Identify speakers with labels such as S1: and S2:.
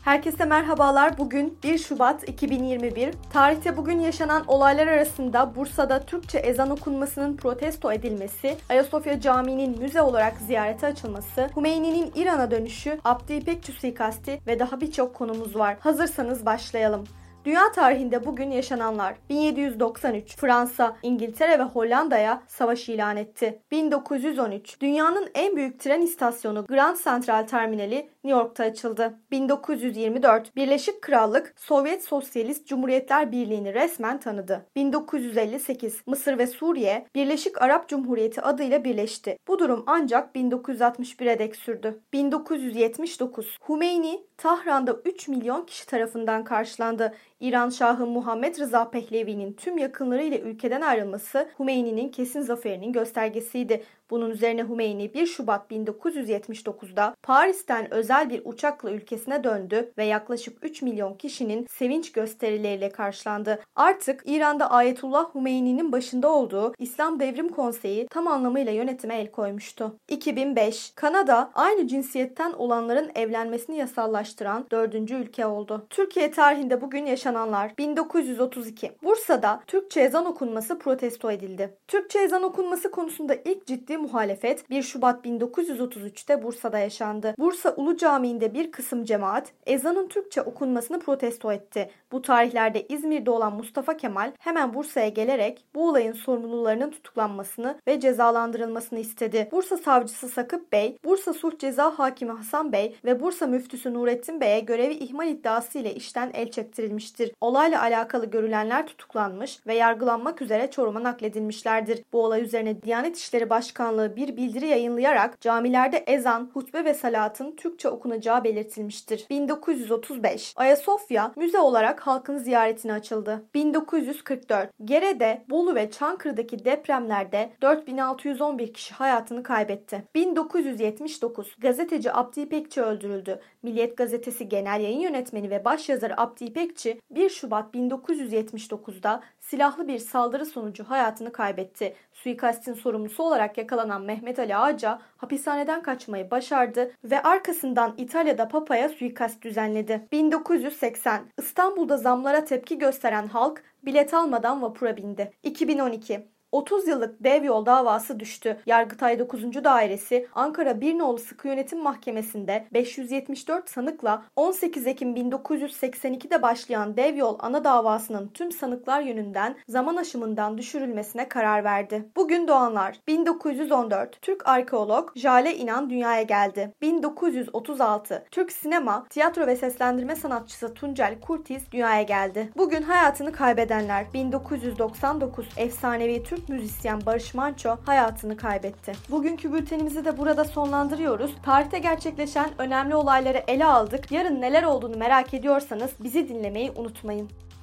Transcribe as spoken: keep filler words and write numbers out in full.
S1: Herkese merhabalar. Bugün bir Şubat iki bin yirmi bir. Tarihte bugün yaşanan olaylar arasında Bursa'da Türkçe ezan okunmasının protesto edilmesi, Ayasofya Camii'nin müze olarak ziyarete açılması, Hümeyni'nin İran'a dönüşü, Abdi İpekçi suikasti ve daha birçok konumuz var. Hazırsanız başlayalım. Dünya tarihinde bugün yaşananlar: bin yedi yüz doksan üç Fransa, İngiltere ve Hollanda'ya savaş ilan etti. bin dokuz yüz on üç Dünyanın en büyük tren istasyonu Grand Central Terminali New York'ta açıldı. bin dokuz yüz yirmi dört Birleşik Krallık Sovyet Sosyalist Cumhuriyetler Birliği'ni resmen tanıdı. bin dokuz yüz elli sekiz Mısır ve Suriye Birleşik Arap Cumhuriyeti adıyla birleşti. Bu durum ancak bin dokuz yüz altmış bire dek sürdü. bin dokuz yüz yetmiş dokuz Hümeyni Tahran'da üç milyon kişi tarafından karşılandı. İran Şahı Muhammed Rıza Pehlevi'nin tüm yakınlarıyla ülkeden ayrılması Hümeyni'nin kesin zaferinin göstergesiydi. Bunun üzerine Hümeyni bir Şubat bin dokuz yüz yetmiş dokuzda Paris'ten özel bir uçakla ülkesine döndü ve yaklaşık üç milyon kişinin sevinç gösterileriyle karşılandı. Artık İran'da Ayetullah Hümeyni'nin başında olduğu İslam Devrim Konseyi tam anlamıyla yönetime el koymuştu. iki bin beş Kanada aynı cinsiyetten olanların evlenmesini yasallaştıran dördüncü ülke oldu. Türkiye tarihinde bugün yaşananlar: bin dokuz yüz otuz iki Bursa'da Türkçe ezan okunması protesto edildi. Türkçe ezan okunması konusunda ilk ciddi muhalefet bir Şubat bin dokuz yüz otuz üçte Bursa'da yaşandı. Bursa Ulu Camii'nde bir kısım cemaat ezanın Türkçe okunmasını protesto etti. Bu tarihlerde İzmir'de olan Mustafa Kemal hemen Bursa'ya gelerek bu olayın sorumlularının tutuklanmasını ve cezalandırılmasını istedi. Bursa Savcısı Sakıp Bey, Bursa Sulh Ceza Hakimi Hasan Bey ve Bursa Müftüsü Nurettin Bey'e görevi ihmal iddiası ile işten el çektirilmiştir. Olayla alakalı görülenler tutuklanmış ve yargılanmak üzere Çorum'a nakledilmişlerdir. Bu olay üzerine Diyanet İşleri Başkanlığı bir bildiri yayınlayarak camilerde ezan, hutbe ve salatın Türkçe okunacağı belirtilmiştir. bin dokuz yüz otuz beş Ayasofya müze olarak halkın ziyaretine açıldı. bin dokuz yüz kırk dört Gere'de, Bolu ve Çankırı'daki depremlerde dört bin altı yüz on bir kişi hayatını kaybetti. bin dokuz yüz yetmiş dokuz Gazeteci Abdi İpekçi öldürüldü. Milliyet Gazetesi Genel Yayın Yönetmeni ve başyazarı Abdi İpekçi bir Şubat bin dokuz yüz yetmiş dokuzda silahlı bir saldırı sonucu hayatını kaybetti. Suikastin sorumlusu olarak yakalanan Mehmet Ali Ağca hapishaneden kaçmayı başardı ve arkasından İtalya'da Papa'ya suikast düzenledi. bin dokuz yüz seksen İstanbul'da zamlara tepki gösteren halk bilet almadan vapura bindi. iki bin on iki otuz yıllık dev yol davası düştü. Yargıtay dokuzuncu Dairesi Ankara bir Nolu Sıkı Yönetim Mahkemesi'nde beş yüz yetmiş dört sanıkla on sekiz Ekim bin dokuz yüz seksen ikide başlayan dev yol ana davasının tüm sanıklar yönünden zaman aşımından düşürülmesine karar verdi. Bugün doğanlar: bin dokuz yüz on dört Türk arkeolog Jale İnan dünyaya geldi. bin dokuz yüz otuz altı Türk sinema, tiyatro ve seslendirme sanatçısı Tuncel Kurtiz dünyaya geldi. Bugün hayatını kaybedenler: bin dokuz yüz doksan dokuz efsanevi Türk müzisyen Barış Manço hayatını kaybetti. Bugünkü bültenimizi de burada sonlandırıyoruz. Tarihte gerçekleşen önemli olayları ele aldık. Yarın neler olduğunu merak ediyorsanız bizi dinlemeyi unutmayın.